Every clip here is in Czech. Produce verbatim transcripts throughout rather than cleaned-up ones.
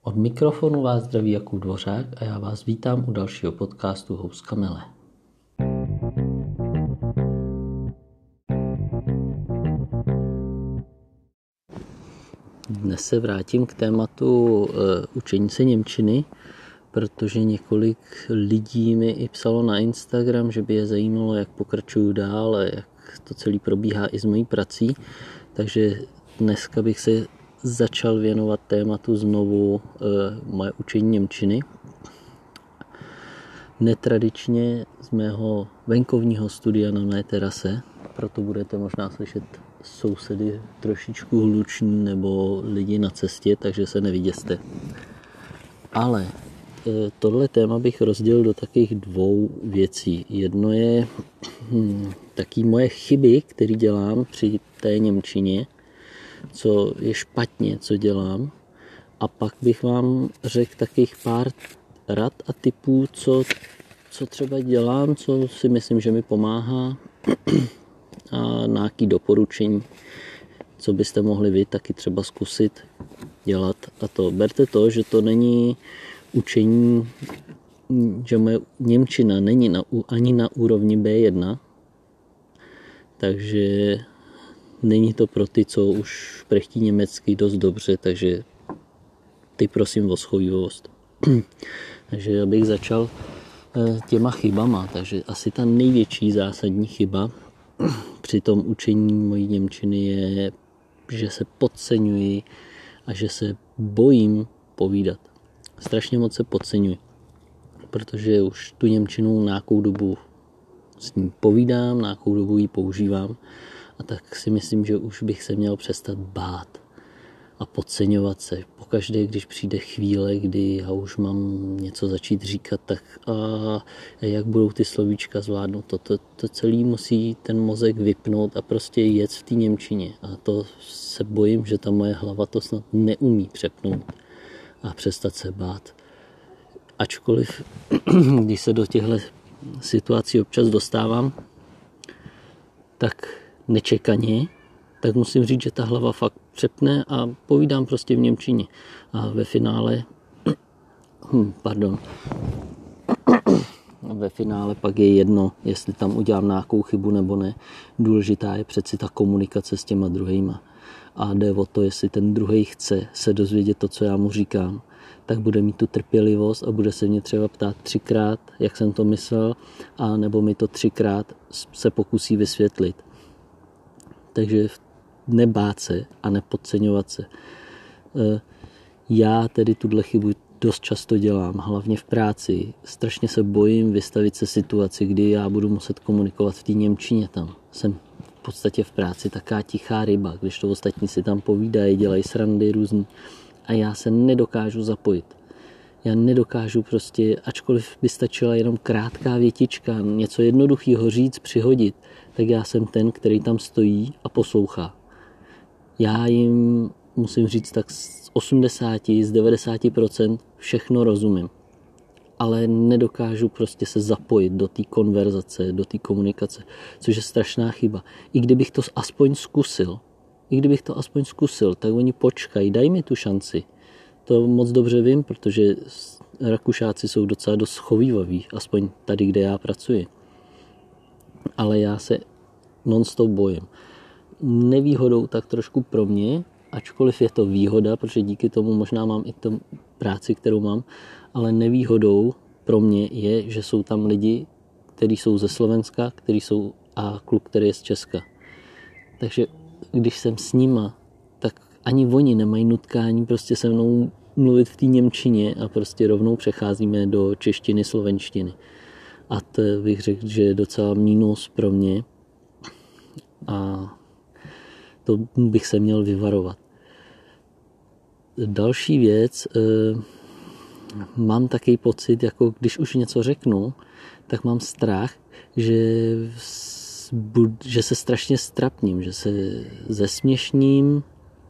Od mikrofonu vás zdraví Jakub Dvořák a já vás vítám u dalšího podcastu Houska mele. Dnes se vrátím k tématu uh, učení se němčiny, protože několik lidí mi i psalo na Instagram, že by je zajímalo, jak pokračuju dál a jak to celé probíhá i s mojí prací. Takže dneska bych se začal věnovat tématu znovu e, moje učení němčiny. Netradičně z mého venkovního studia na mé terase, proto budete možná slyšet sousedy trošičku hluční nebo lidi na cestě, takže se nevyděste. Ale e, tohle téma bych rozdělil do takových dvou věcí. Jedno je hm, taky moje chyby, které dělám při té němčině, co je špatně, co dělám. A pak bych vám řekl takových pár rad a tipů, co, co třeba dělám, co si myslím, že mi pomáhá a nějaké doporučení, co byste mohli vy taky třeba zkusit dělat. A to berte to, že to není učení, že moje němčina není na, ani na úrovni bé jedna, takže není to pro ty, co už prechtí německy dost dobře, takže ty prosím o schovivost. Takže abych začal těma chybama. Takže asi ta největší zásadní chyba při tom učení mojí němčiny je, že se podceňuji a že se bojím povídat. Strašně moc se podceňuji, protože už tu němčinu nějakou dobu s ní povídám, nějakou dobu ji používám. A tak si myslím, že už bych se měl přestat bát a podceňovat se. Pokaždé, když přijde chvíle, kdy já už mám něco začít říkat, tak a jak budou ty slovíčka zvládnout, to, to, to celý musí ten mozek vypnout a prostě jet v té němčině. A to se bojím, že ta moje hlava to snad neumí přepnout a přestat se bát. Ačkoliv, když se do těchto situací občas dostávám, tak nečekaně, tak musím říct, že ta hlava fakt přepne a povídám prostě v němčině. A ve finále, hm, pardon, ve finále pak je jedno, jestli tam udělám nějakou chybu nebo ne. Důležitá je přeci ta komunikace s těma druhýma. A jde o to, jestli ten druhý chce se dozvědět to, co já mu říkám, tak bude mít tu trpělivost a bude se mě třeba ptát třikrát, jak jsem to myslel, a nebo mi to třikrát se pokusí vysvětlit. Takže nebát se a nepodceňovat se. Já tedy tuhle chybu dost často dělám, hlavně v práci. Strašně se bojím vystavit se situaci, kdy já budu muset komunikovat v té němčině tam. Jsem v podstatě v práci taká tichá ryba, když to ostatní si tam povídají, dělají srandy různý. A já se nedokážu zapojit. Já nedokážu prostě, ačkoliv by stačila jenom krátká větička, něco jednoduchého říct, přihodit, tak já jsem ten, který tam stojí a poslouchá. Já jim musím říct tak z osmdesát, z devadesát procent všechno rozumím. Ale nedokážu prostě se zapojit do té konverzace, do té komunikace, což je strašná chyba. I kdybych to aspoň zkusil, i kdybych to aspoň zkusil, tak oni počkají, daj mi tu šanci. To moc dobře vím, protože Rakušáci jsou docela dost schovývaví, aspoň tady, kde já pracuji. Ale já se non-stop bojím. Nevýhodou tak trošku pro mě, ačkoliv je to výhoda, protože díky tomu možná mám i tu práci, kterou mám, ale nevýhodou pro mě je, že jsou tam lidi, kteří jsou ze Slovenska, kteří jsou a kluk, který je z Česka. Takže když jsem s nima, tak ani oni nemají nutkání prostě se mnou mluvit v té němčině a prostě rovnou přecházíme do češtiny, slovenštiny. A to bych řekl, že je docela mínus pro mě a to bych se měl vyvarovat. Další věc, mám takový pocit, jako když už něco řeknu, tak mám strach, že, že se strašně strapním, že se zesměšním,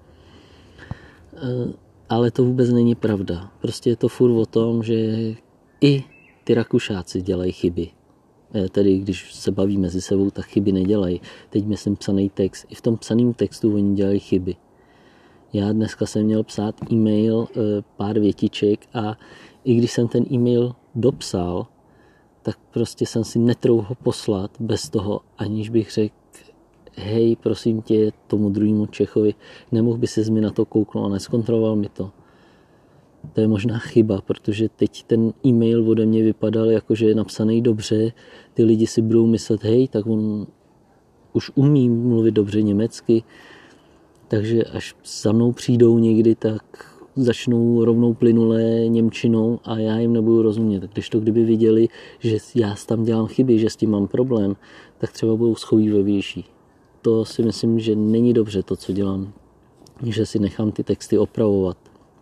ale to vůbec není pravda. Prostě je to furt o tom, že i ty Rakušáci dělají chyby. Tedy když se baví mezi sebou, tak chyby nedělají. Teď myslím psaný text. I v tom psaném textu oni dělají chyby. Já dneska jsem měl psát e-mail, pár větiček a i když jsem ten e-mail dopsal, tak prostě jsem si netrouhl ho poslat bez toho, aniž bych řekl, hej, prosím tě, tomu druhému Čechovi, nemohl by ses mi na to kouknout a neskontroloval mi to. To je možná chyba, protože teď ten e-mail ode mě vypadal jako, že je napsaný dobře, ty lidi si budou myslet, hej, tak on už umí mluvit dobře německy, takže až za mnou přijdou někdy, tak začnou rovnou plynulé němčinou a já jim nebudu rozumět. Když to kdyby viděli, že já tam dělám chyby, že s tím mám problém, tak třeba budou schovývavější. To si myslím, že není dobře to, co dělám, že si nechám ty texty opravovat.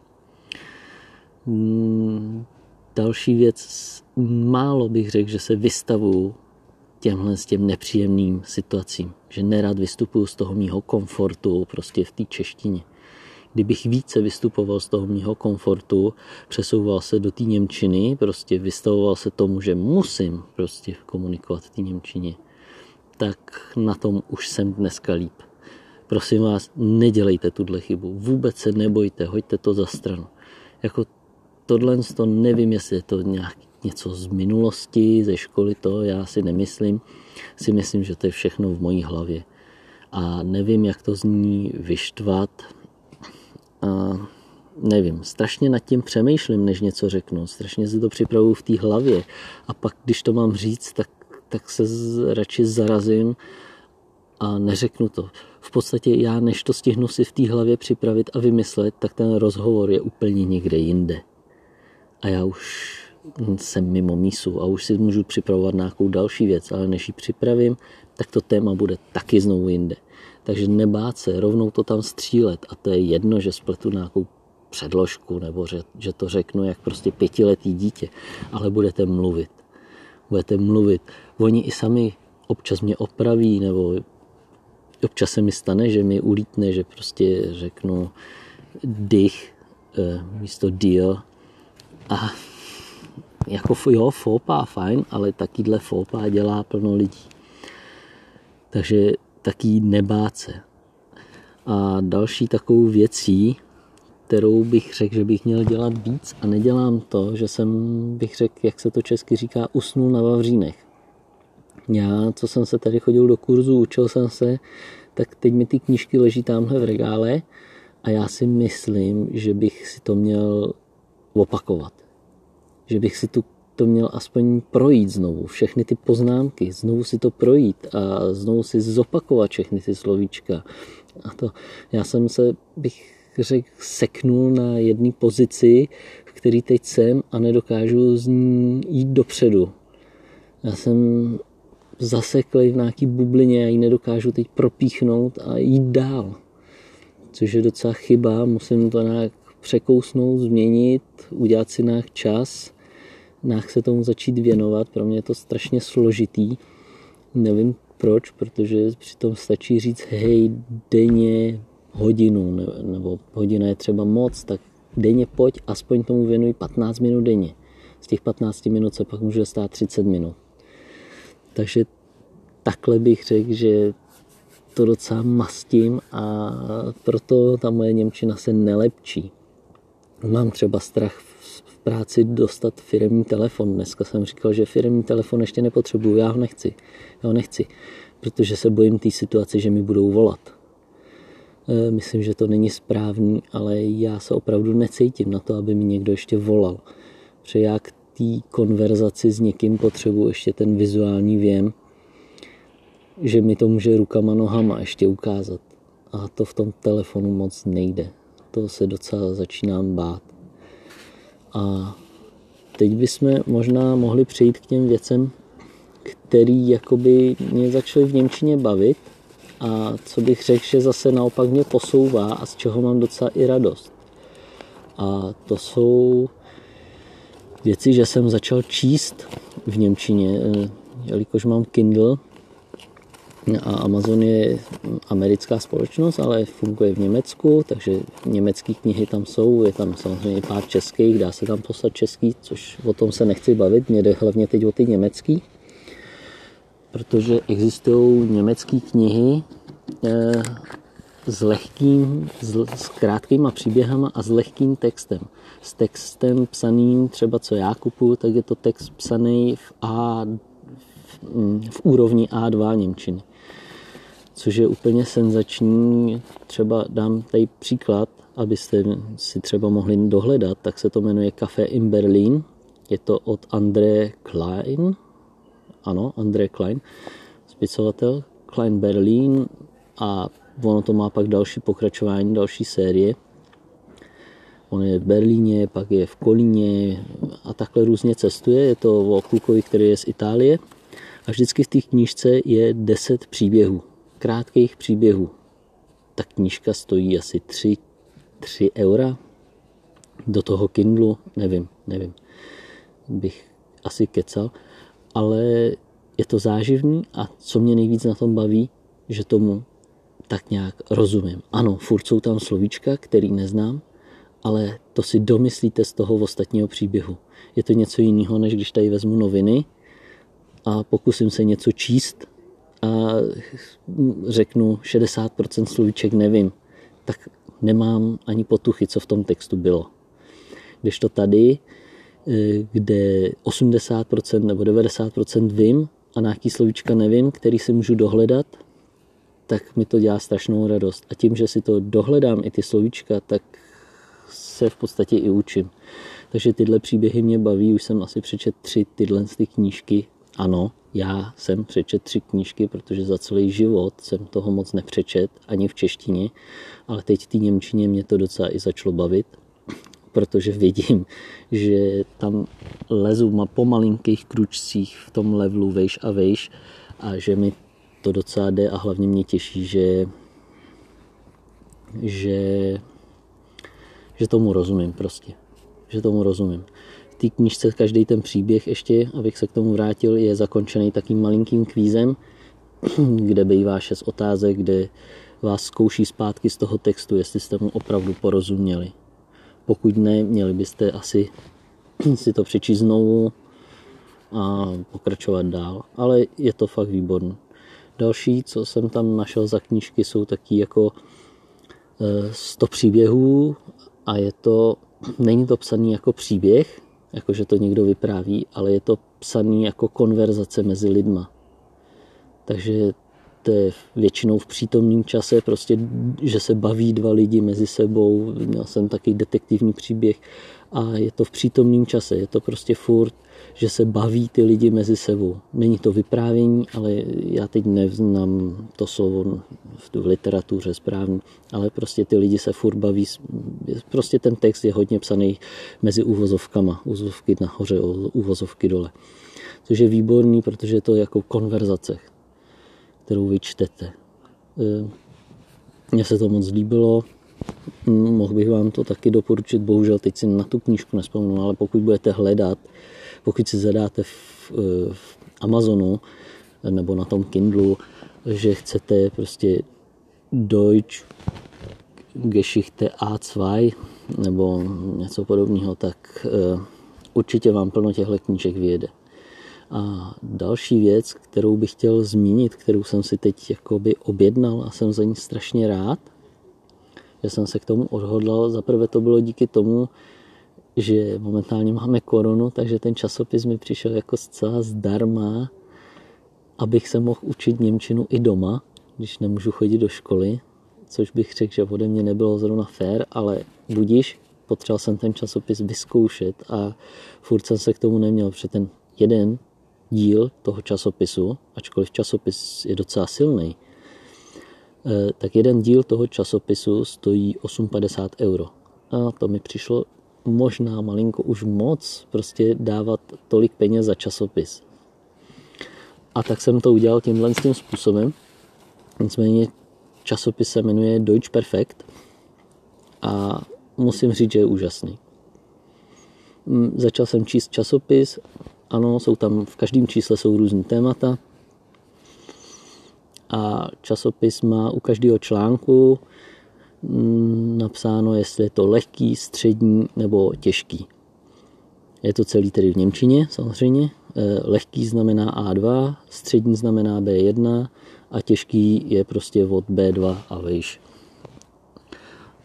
Další věc, málo bych řekl, že se vystavuju těmhle s těm nepříjemným situacím, že nerad vystupuju z toho mýho komfortu prostě v té češtině. Kdybych více vystupoval z toho mýho komfortu, přesouval se do té němčiny, prostě vystavoval se tomu, že musím prostě komunikovat v té němčině, tak na tom už jsem dneska líp. Prosím vás, nedělejte tuhle chybu, vůbec se nebojte, hoďte to za stranu. Jako tohle to nevím, jestli je to nějak něco z minulosti, ze školy, to já si nemyslím. Si myslím, že to je všechno v mojí hlavě. A nevím, jak to zní vyštvat. A nevím, strašně nad tím přemýšlím, než něco řeknu. Strašně si to připravuju v té hlavě. A pak, když to mám říct, tak, tak se z, radši zarazím a neřeknu to. V podstatě já, než to stihnu si v té hlavě připravit a vymyslet, tak ten rozhovor je úplně někde jinde. A já už jsem mimo mísu a už si můžu připravovat nějakou další věc, ale než ji připravím, tak to téma bude taky znovu jinde. Takže nebát se, rovnou to tam střílet a to je jedno, že spletu nějakou předložku nebo že, že to řeknu jak prostě pětiletý dítě, ale budete mluvit. Budete mluvit. Oni i sami občas mě opraví nebo občas se mi stane, že mi ulítne, že prostě řeknu dich místo dir a jako jo, fópa, fajn, ale takýhle fópa dělá plno lidí. Takže taky nebát se. A další takovou věcí, kterou bych řekl, že bych měl dělat víc a nedělám to, že jsem, bych řekl, jak se to česky říká, usnul na vavřínech. Já, co jsem se tady chodil do kurzu, učil jsem se, tak teď mi ty knížky leží tamhle v regále a já si myslím, že bych si to měl opakovat. Že bych si tu, to měl aspoň projít znovu, všechny ty poznámky, znovu si to projít a znovu si zopakovat všechny ty slovíčka. A to, já jsem se, bych řekl, seknul na jedné pozici, v který teď jsem a nedokážu z ní jít dopředu. Já jsem zaseklej v nějaký bublině a ji nedokážu teď propíchnout a jít dál. Což je docela chyba, musím to nějak překousnout, změnit, udělat si nějak čas, nějak se tomu začít věnovat. Pro mě je to strašně složitý. Nevím proč, protože přitom stačí říct hej, denně hodinu, nebo hodina je třeba moc, tak denně pojď, aspoň tomu věnuj patnáct minut denně. Z těch patnácti minut se pak může stát třicet minut. Takže takhle bych řekl, že to docela mastím a proto ta moje němčina se nelepší. Mám třeba strach v práci dostat firemní telefon. Dneska jsem říkal, že firemní telefon ještě nepotřebuju, já ho nechci. Já ho nechci, protože se bojím té situace, že mi budou volat. Myslím, že to není správný, ale já se opravdu necítím na to, aby mi někdo ještě volal. Protože já k té konverzaci s někým potřebuji ještě ten vizuální věm, že mi to může rukama, nohama ještě ukázat. A to v tom telefonu moc nejde. To se docela začínám bát. A teď bychom možná mohli přejít k těm věcem, který jakoby mě začaly v němčině bavit a co bych řekl, že zase naopak mě posouvá a z čeho mám docela i radost. A to jsou věci, že jsem začal číst v němčině, jelikož mám Kindle a Amazon je americká společnost, ale funguje v Německu, takže německé knihy tam jsou, je tam samozřejmě pár českých, dá se tam poslat český, což o tom se nechci bavit, mě jde hlavně teď o ty německý, protože existují německé knihy s lehkým, s, s krátkýma příběhama a s lehkým textem. S textem psaným, třeba co já kupuju, tak je to text psaný v, A, v, v úrovni á dva němčiny. Což je úplně senzační. Třeba dám tady příklad, abyste si třeba mohli dohledat, tak se to jmenuje Café in Berlin. Je to od André Klein. Ano, André Klein, spisovatel. Klein Berlin a ono to má pak další pokračování, další série. On je v Berlíně, pak je v Kolíně a takhle různě cestuje. Je to o klukovi, který je z Itálie. A vždycky v té knížce je deset příběhů, krátkých příběhů. Ta knížka stojí asi tři eura. Do toho Kindlu, nevím, nevím, bych asi kecal. Ale je to záživný a co mě nejvíc na tom baví, že tomu tak nějak rozumím. Ano, furt jsou tam slovíčka, který neznám, ale to si domyslíte z toho ostatního příběhu. Je to něco jiného, než když tady vezmu noviny a pokusím se něco číst a řeknu šedesát procent slovíček nevím, tak nemám ani potuchy, co v tom textu bylo. Když to tady, kde osmdesát procent nebo devadesát procent vím a nějaký slovíčka nevím, který si můžu dohledat, tak mi to dělá strašnou radost. A tím, že si to dohledám i ty slovíčka, tak se v podstatě i učím. Takže tyhle příběhy mě baví, už jsem asi přečet tři tyhle z ty knížky. Ano, já jsem přečet tři knížky, protože za celý život jsem toho moc nepřečet, ani v češtině, ale teď v té němčině mě to docela i začalo bavit, protože vidím, že tam lezu po malinkých kručcích v tom levelu vejš a vejš a že mi to docela jde a hlavně mě těší, že, že, že tomu rozumím prostě. Že tomu rozumím. V té knížce každý ten příběh ještě, abych se k tomu vrátil, je zakončený takým malinkým kvízem, kde bývá šest otázek, kde vás zkouší zpátky z toho textu, jestli jste mu opravdu porozuměli. Pokud ne, měli byste asi si to přečíst znovu a pokračovat dál. Ale je to fakt výborný. Další, co jsem tam našel za knížky, jsou taky jako sto příběhů a je to, není to psaný jako příběh, jakože to někdo vypráví, ale je to psaný jako konverzace mezi lidma. Takže to je většinou v přítomném čase, prostě, že se baví dva lidi mezi sebou. Měl jsem taky detektivní příběh a je to v přítomném čase. Je to prostě furt, že se baví ty lidi mezi sebou. Není to vyprávění, ale já teď neznám to slovo v literatuře správně, ale prostě ty lidi se furt baví. Prostě ten text je hodně psaný mezi úvozovkama. Úvozovky nahoře, úvozovky dole. Což je výborný, protože je to jako konverzace, kterou vy čtete. Mně se to moc líbilo, mohl bych vám to taky doporučit, bohužel teď si na tu knížku nespomenu, ale pokud budete hledat, pokud si zadáte v, v Amazonu nebo na tom Kindlu, že chcete prostě Deutsch Geschichte á dva nebo něco podobného, tak určitě vám plno těchto knížek vyjede. A další věc, kterou bych chtěl zmínit, kterou jsem si teď jakoby objednal a jsem za ní strašně rád, že jsem se k tomu odhodlal. Zaprvé to bylo díky tomu, že momentálně máme koronu, takže ten časopis mi přišel jako zcela zdarma, abych se mohl učit němčinu i doma, když nemůžu chodit do školy, což bych řekl, že ode mě nebylo zrovna fér, ale budiš, potřeboval jsem ten časopis vyzkoušet a furt jsem se k tomu neměl, protože ten jeden díl toho časopisu, ačkoliv časopis je docela silný, tak jeden díl toho časopisu stojí osm padesát euro. A to mi přišlo možná malinko už moc prostě dávat tolik peněz za časopis. A tak jsem to udělal tímhle tím způsobem. Nicméně časopis se jmenuje Deutsch Perfekt a musím říct, že je úžasný. Začal jsem číst časopis. Ano, jsou tam, v každém čísle jsou různý témata a časopis má u každého článku napsáno, jestli je to lehký, střední nebo těžký. Je to celý tedy v němčině samozřejmě. Lehký znamená á dva, střední znamená bé jedna a těžký je prostě od bé dva a vejš.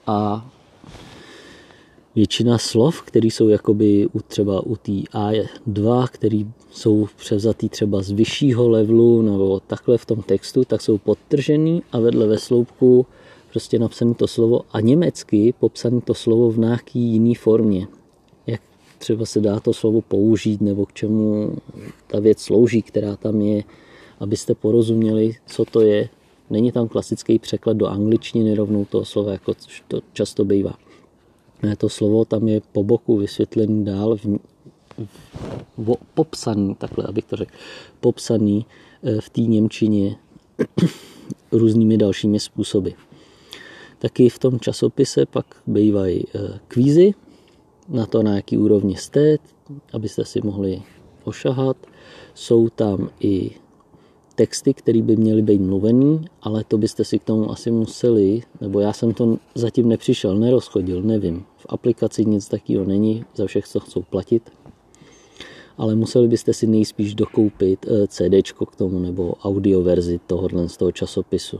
a většina slov, které jsou jakoby u třeba u té á dva, které jsou převzatý třeba z vyššího levelu nebo takhle v tom textu, tak jsou podtržený a vedle ve sloupku prostě napsané to slovo a německy popsané to slovo v nějaký jiný formě. Jak třeba se dá to slovo použít nebo k čemu ta věc slouží, která tam je, abyste porozuměli, co to je. Není tam klasický překlad do angličtiny rovnou toho slova, jako to často bývá. To slovo tam je po boku vysvětlený dál, v, v, popsaný, takhle abych to řekl, popsaný v té němčině různými dalšími způsoby. Taky v tom časopise pak bývají kvízy, na to, na jaký úrovni jste, abyste si mohli ošahat. Jsou tam i texty, které by měly být mluvený, ale to byste si k tomu asi museli, nebo já jsem to zatím nepřišel, nerozchodil, nevím. V aplikaci nic takového není, za všech, co chcou platit. Ale museli byste si nejspíš dokoupit CDčko k tomu, nebo audio verzi tohohle z toho časopisu.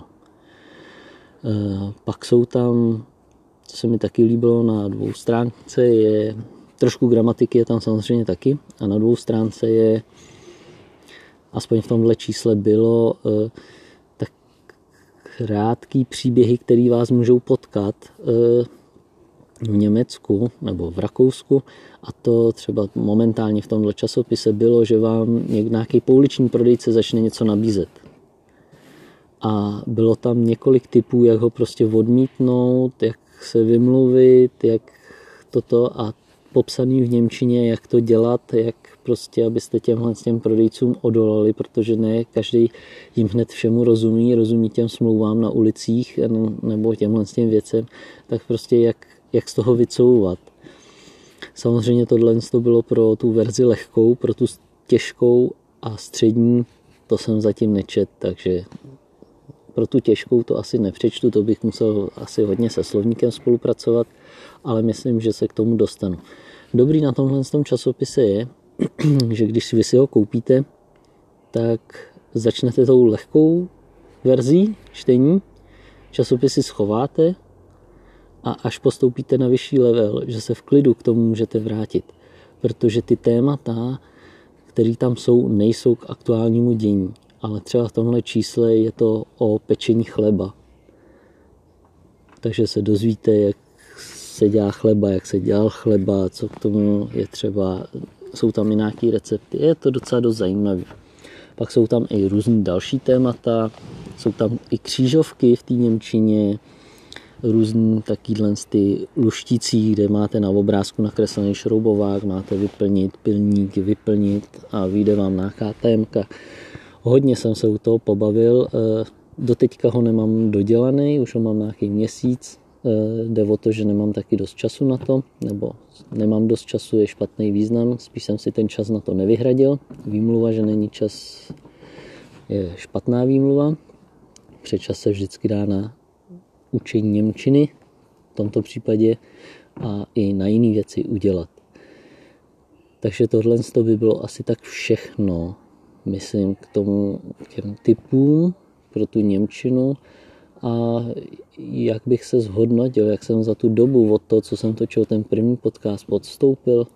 Pak jsou tam, co se mi taky líbilo, na dvou stránce je, trošku gramatiky je tam samozřejmě taky, a na dvou stránce je, aspoň v tomhle čísle bylo, tak krátký příběhy, které vás můžou potkat v Německu nebo v Rakousku, a to třeba momentálně v tomhle časopise bylo, že vám nějaký pouliční prodejce začne něco nabízet. A bylo tam několik typů, jak ho prostě odmítnout, jak se vymluvit, jak toto, a popsaný v němčině, jak to dělat, jak prostě, abyste těmhle s těm prodejcům odolali, protože ne každý jim hned všemu rozumí, rozumí těm smlouvám na ulicích nebo těmhle s těm věcem, tak prostě jak, jak z toho vycouvat. Samozřejmě tohle to bylo pro tu verzi lehkou, pro tu těžkou a střední, to jsem zatím nečet, takže pro tu těžkou to asi nepřečtu, to bych musel asi hodně se slovníkem spolupracovat, ale myslím, že se k tomu dostanu. Dobrý na tomhle tom časopise je, že když vy si ho koupíte, tak začnete tou lehkou verzí čtení, časopisy schováte a až postoupíte na vyšší level, že se v klidu k tomu můžete vrátit. Protože ty témata, které tam jsou, nejsou k aktuálnímu dění. Ale třeba v tomhle čísle je to o pečení chleba. Takže se dozvíte, jak se dělá chleba, jak se dělal chleba, co k tomu je třeba, jsou tam i nějaké recepty. Je to docela dost zajímavé. Pak jsou tam i různý další témata, jsou tam i křížovky v té němčině, různý takýhle ty luštící, kde máte na obrázku nakreslený šroubovák, máte vyplnit pilník, vyplnit a vyjde vám nějaká témka. Hodně jsem se u toho pobavil, doteďka ho nemám dodělaný, už ho mám nějaký měsíc, jde o to, že nemám taky dost času na to, nebo nemám dost času je špatný význam, spíš jsem si ten čas na to nevyhradil. Výmluva, že není čas, je špatná výmluva, protože čas se vždycky dá na učení němčiny, v tomto případě, a i na jiné věci udělat. Takže tohle by bylo asi tak všechno, myslím, k tomu, k těm typům pro tu němčinu, a jak bych se zhodnotil, jak jsem za tu dobu od toho, co jsem točil ten první podcast, podstoupil.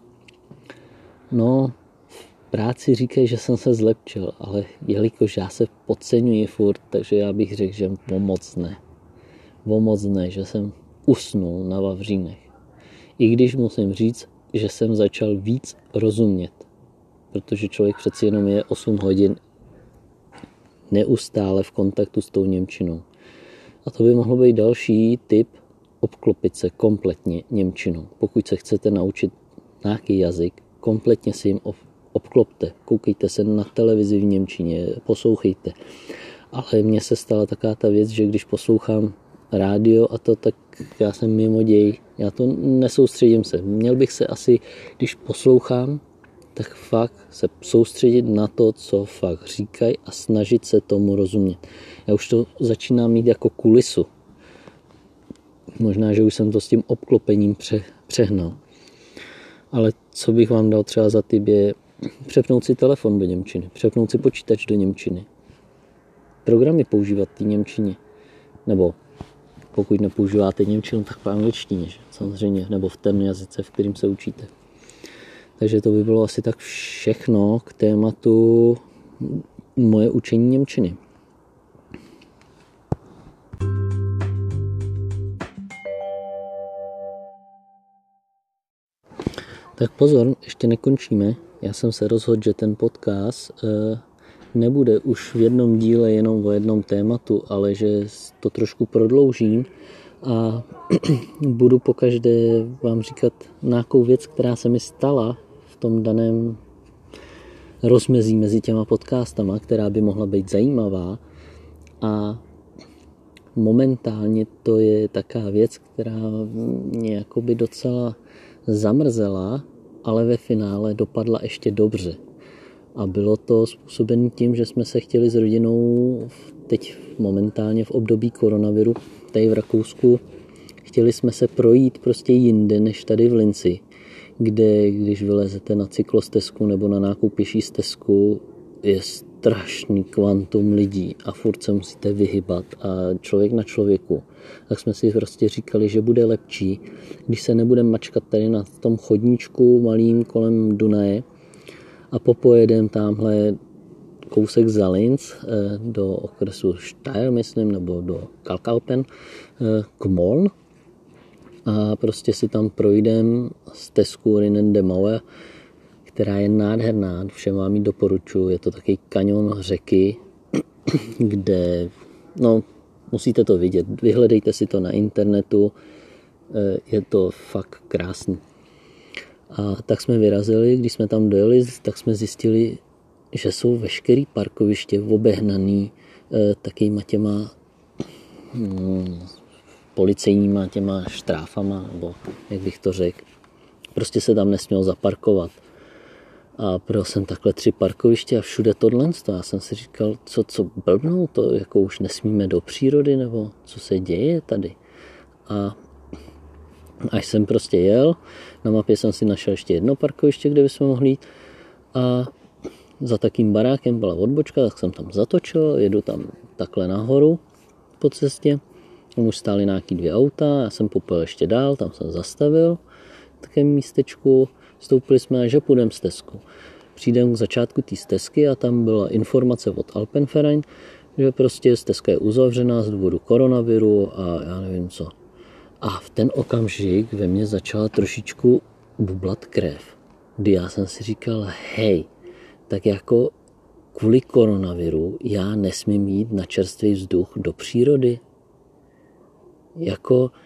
No, v práci říkají, že jsem se zlepšil, ale jelikož já se podceňuji furt, takže já bych řekl, že moc ne. Moc ne, že jsem usnul na vavřínech. I když musím říct, že jsem začal víc rozumět, protože člověk přeci jenom je osm hodin neustále v kontaktu s tou němčinou. A to by mohlo být další tip, obklopit se kompletně němčinou. Pokud se chcete naučit nějaký jazyk, kompletně si jim obklopte. Koukejte se na televizi v němčině, poslouchejte. Ale mně se stala taková ta věc, že když poslouchám rádio a to, tak já jsem mimo děj. Já to nesoustředím se. Měl bych se asi, když poslouchám, tak fakt se soustředit na to, co fakt říkají, a snažit se tomu rozumět. Já už to začínám mít jako kulisu. Možná, že už jsem to s tím obklopením pře, přehnal. Ale co bych vám dal třeba za tip je přepnout si telefon do němčiny, přepnout si počítač do němčiny. Programy používat v té němčině. Nebo pokud nepoužíváte němčinu, tak v angličtině, že? Samozřejmě, nebo v tom jazyce, v kterým se učíte. Takže to by bylo asi tak všechno k tématu moje učení němčiny. Tak pozor, ještě nekončíme. Já jsem se rozhodl, že ten podcast eh, nebude už v jednom díle jenom o jednom tématu, ale že to trošku prodloužím a budu pokaždé vám říkat nějakou věc, která se mi stala v tom daném rozmezí mezi těma podcastama, která by mohla být zajímavá. A momentálně to je taká věc, která mě jakoby docela zamrzela, ale ve finále dopadla ještě dobře. A bylo to způsobené tím, že jsme se chtěli s rodinou teď momentálně v období koronaviru tady v Rakousku, chtěli jsme se projít prostě jinde než tady v Linci, kde když vylezete na cyklostezku nebo na nějakou pěší stezku, je strašný kvantum lidí a furt se musíte vyhybat a člověk na člověku. Tak jsme si prostě říkali, že bude lepší, když se nebudeme mačkat tady na tom chodníčku malým kolem Dunaje a popojedem tamhle kousek za Linz do okresu Steyr, myslím, nebo do Kalkalpen k Moln a prostě si tam projdem stezku Rinnen de Mauer, která je nádherná, všem vám ji doporučuji, je to takový kanion řeky, kde, no, musíte to vidět, vyhledejte si to na internetu, je to fakt krásný. A tak jsme vyrazili, když jsme tam dojeli, tak jsme zjistili, že jsou veškerý parkoviště obehnaný takýma těma hmm, policejníma těma štráfama, nebo jak bych to řekl. Prostě se tam nesmělo zaparkovat. A projel jsem takhle tři parkoviště a všude tohle. Já jsem si říkal, co, co blbnou, to jako už nesmíme do přírody, nebo co se děje tady. A až jsem prostě jel, na mapě jsem si našel ještě jedno parkoviště, kde bychom mohli jít. A za takým barákem byla odbočka, tak jsem tam zatočil, jedu tam takhle nahoru po cestě. Tam už stály nějaký dvě auta, já jsem popojel ještě dál, tam jsem zastavil v takém místečku. Vstoupili jsme, že půjdeme stezku. Přijdeme k začátku té stezky a tam byla informace od Alpenverein, že prostě stezka je uzavřená z důvodu koronaviru a já nevím co. A v ten okamžik ve mně začala trošičku bublat krev. Kdy já jsem si říkal, hej, tak jako kvůli koronaviru já nesmím jít na čerstvý vzduch do přírody. Jako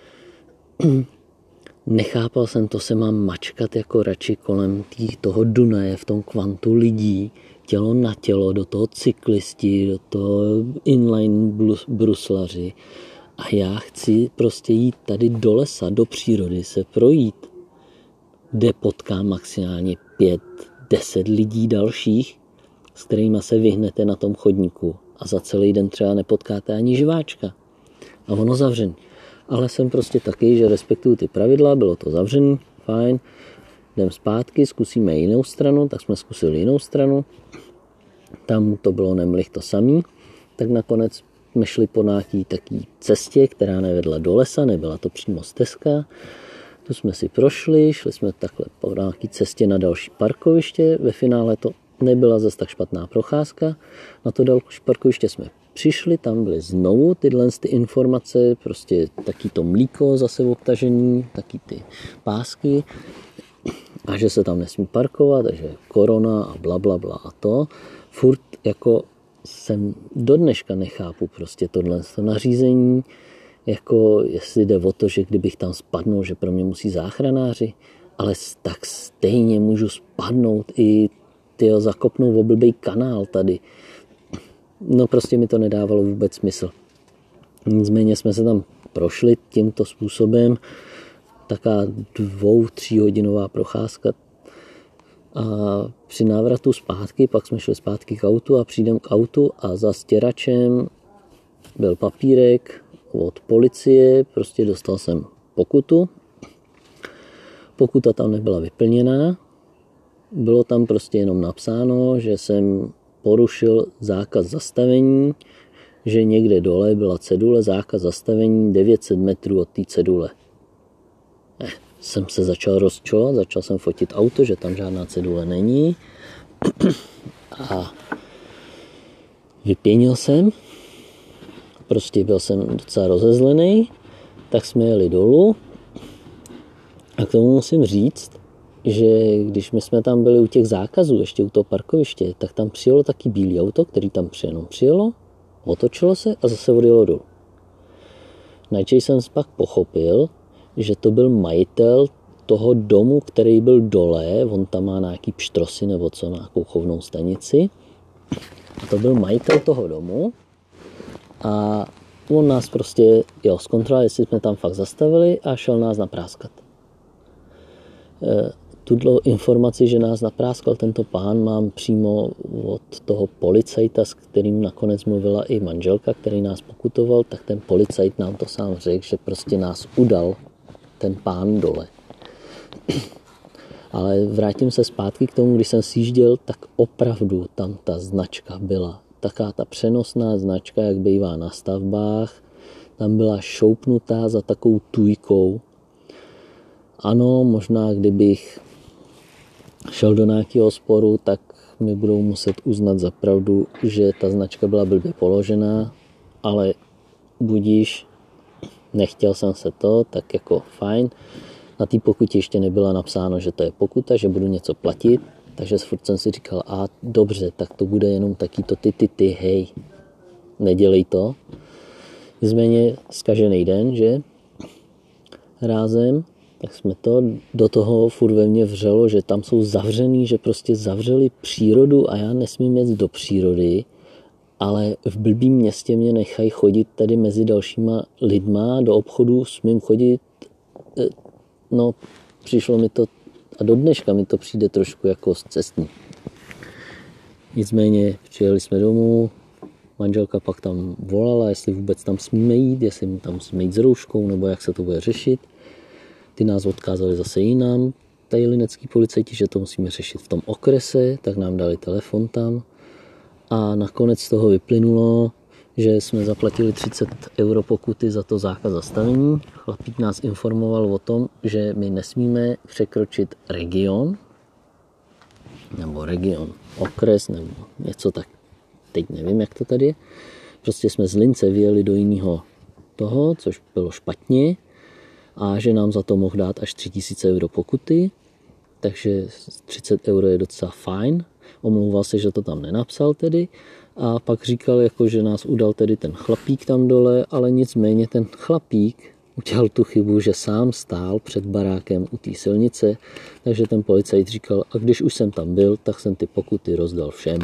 nechápal jsem, to se mám mačkat jako radši kolem tý, toho Dunaje v tom kvantu lidí, tělo na tělo, do toho cyklisti, do toho inline bruslaři. A já chci prostě jít tady do lesa, do přírody, se projít, kde potkám maximálně pět, deset lidí dalších, s kterými se vyhnete na tom chodníku a za celý den třeba nepotkáte ani živáčka. A ono zavřený. Ale jsem prostě taky, že respektuju ty pravidla, bylo to zavřený, fajn, jdem zpátky, zkusíme jinou stranu, tak jsme zkusili jinou stranu, tam to bylo nemlich to samý, tak nakonec jsme šli po nějaký taký cestě, která nevedla do lesa, nebyla to přímo stezka, tu jsme si prošli, šli jsme takhle po nějaký cestě na další parkoviště, ve finále to nebyla zase tak špatná procházka, na to další parkoviště jsme přišli, tam byly znovu tyhle ty informace, prostě taky to mlíko zase obtažený, taky ty pásky a že se tam nesmí parkovat, a že korona a bla, bla, bla a to. Furt jako jsem do dneška nechápu prostě tohle nařízení, jako jestli jde o to, že kdybych tam spadnul, že pro mě musí záchranáři, ale tak stejně můžu spadnout i tyjo, zakopnout v blbý kanál tady. No prostě mi to nedávalo vůbec smysl. Nicméně jsme se tam prošli tímto způsobem, taká dvou, tříhodinová procházka a při návratu zpátky, pak jsme šli zpátky k autu a přijdem k autu a za stěračem byl papírek od policie, prostě dostal jsem pokutu. Pokuta tam nebyla vyplněná, bylo tam prostě jenom napsáno, že jsem porušil zákaz zastavení že někde dole byla cedule zákaz zastavení devět set metrů od té cedule. Eh, jsem se začal rozčovat, začal jsem fotit auto, že tam žádná cedule není a vypěnil jsem, prostě byl jsem docela rozezlený, tak jsme jeli dolů a k tomu musím říct, že když my jsme tam byli u těch zákazů, ještě u toho parkoviště, tak tam přijelo taky bílé auto, který tam jenom přijelo, otočilo se a zase odjelo dolů. Najčej jsem pak pochopil, že to byl majitel toho domu, který byl dole, on tam má nějaký pštrosy nebo co, nějakou chovnou stanici. A to byl majitel toho domu a on nás prostě, jo, zkontroloval, jestli jsme tam fakt zastavili a šel nás napráskat. E, Tuto informaci, že nás napráskal tento pán, mám přímo od toho policajta, s kterým nakonec mluvila i manželka, který nás pokutoval, tak ten policajt nám to sám řekl, že prostě nás udal ten pán dole. Ale vrátím se zpátky k tomu, když jsem sjížděl, tak opravdu tam ta značka byla. Taká ta přenosná značka, jak bývá na stavbách, tam byla šoupnutá za takovou tujkou. Ano, možná kdybych šel do nějakého sporu, tak mi budou muset uznat za pravdu, že ta značka byla blbě položená, ale budíš, nechtěl jsem se to, tak jako fajn. Na té pokutě ještě nebyla napsáno, že to je pokuta, že budu něco platit, takže furt jsem si říkal, a dobře, tak to bude jenom taky to ty, ty, ty, hej, nedělej to. Nicméně zkažený den, že rázem, tak jsme to, do toho furt ve mně vřelo, že tam jsou zavřený, že prostě zavřeli přírodu a já nesmím jet do přírody, ale v blbým městě mě nechají chodit tady mezi dalšíma lidma, do obchodu smím chodit, no přišlo mi to, a do dneška mi to přijde trošku jako cestní. Nicméně přijeli jsme domů, manželka pak tam volala, jestli vůbec tam smíme jít, jestli mu tam smíme jít s rouškou, nebo jak se to bude řešit. Ty nás odkázali zase jinam, tady linecký policajti, že to musíme řešit v tom okrese, tak nám dali telefon tam a nakonec z toho vyplynulo, že jsme zaplatili třicet euro pokuty za to zákaz zastavení. Chlapík nás informoval o tom, že my nesmíme překročit region, nebo region, okres, nebo něco tak. Teď nevím, jak to tady je. Prostě jsme z Lince vyjeli do jiného toho, což bylo špatně, a že nám za to mohl dát až tři tisíce euro pokuty, takže třicet euro je docela fajn. Omlouval se, že to tam nenapsal tedy a pak říkal, jako, že nás udal tedy ten chlapík tam dole, ale nicméně ten chlapík udělal tu chybu, že sám stál před barákem u té silnice, takže ten policajt říkal, a když už jsem tam byl, tak jsem ty pokuty rozdal všem.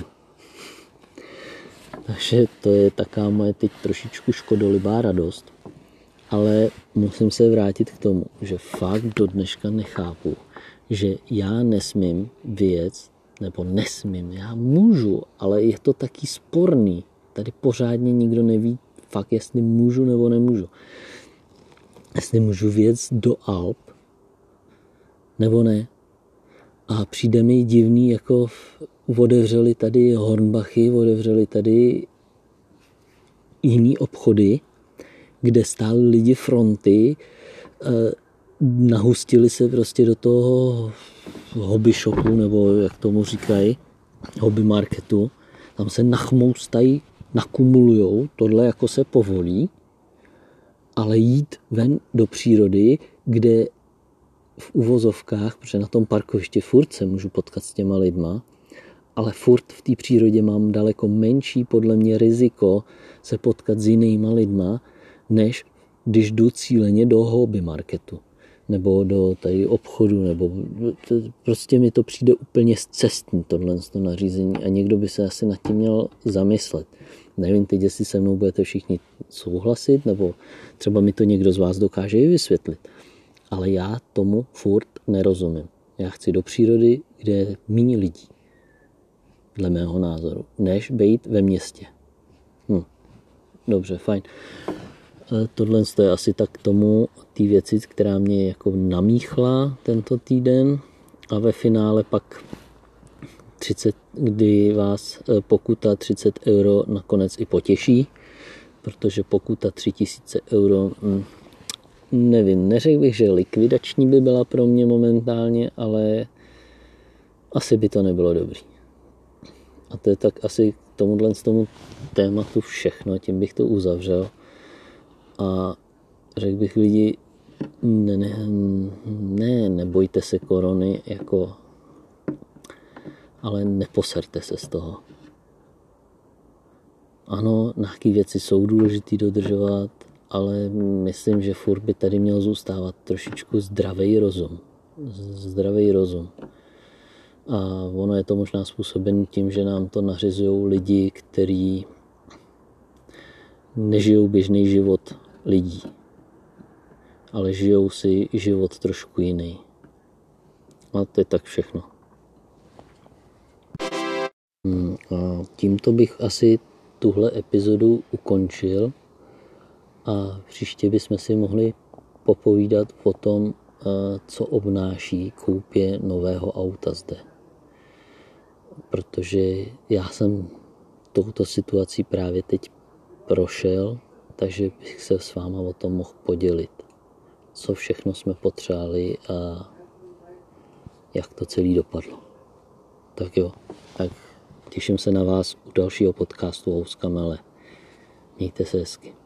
Takže to je taká moje teď trošičku škodolibá radost. Ale musím se vrátit k tomu, že fakt do dneška nechápu, že já nesmím vyjet, nebo nesmím, já můžu, ale je to taky sporný. Tady pořádně nikdo neví fakt, jestli můžu nebo nemůžu. Jestli můžu vyjet do Alp, nebo ne. A přijde mi divný, jako otevřeli tady Hornbachy, otevřeli tady jiný obchody, kde stáli lidi fronty, nahustili se prostě do toho hobby shopu, nebo jak tomu říkají, hobby marketu. Tam se nachmoustají, nakumulujou, tohle jako se povolí, ale jít ven do přírody, kde v uvozovkách, protože na tom parkovišti furt se můžu potkat s těma lidma, ale furt v té přírodě mám daleko menší podle mě riziko se potkat s jinýma lidma, než když jdu cíleně do hobby marketu nebo do tady obchodu, nebo prostě mi to přijde úplně zcestní tohle nařízení a někdo by se asi nad tím měl zamyslet. Nevím teď, jestli se mnou budete všichni souhlasit, nebo třeba mi to někdo z vás dokáže i vysvětlit. Ale já tomu furt nerozumím. Já chci do přírody, kde je méně lidí, dle mého názoru, než být ve městě. Hm. Dobře, fajn. Tohle je asi tak k tomu té věci, která mě jako namíchla tento týden a ve finále pak třicet, kdy vás pokuta třicet euro nakonec i potěší, protože pokuta tři tisíce euro, nevím, neřekl bych, že likvidační by byla pro mě momentálně, ale asi by to nebylo dobrý. A to je tak asi k tomuhle z tomu tématu všechno, tím bych to uzavřel. A řekl bych lidi, ne, ne, ne, nebojte se korony, jako, ale neposerte se z toho. Ano, nějaké věci jsou důležité dodržovat, ale myslím, že furt by tady měl zůstávat trošičku zdravý rozum. Zdravý rozum. A ono je to možná způsobené tím, že nám to nařizují lidi, kteří nežijou běžný život lidí, ale žijou si život trošku jiný. A to je tak všechno. A tímto bych asi tuhle epizodu ukončil a příště bychom si mohli popovídat o tom, co obnáší koupě nového auta zde. Protože já jsem touto situací právě teď prošel, takže bych se s váma o tom mohl podělit. Co všechno jsme potřebovali a jak to celé dopadlo. Tak jo, tak těším se na vás u dalšího podcastu Houskamele. Mějte se hezky.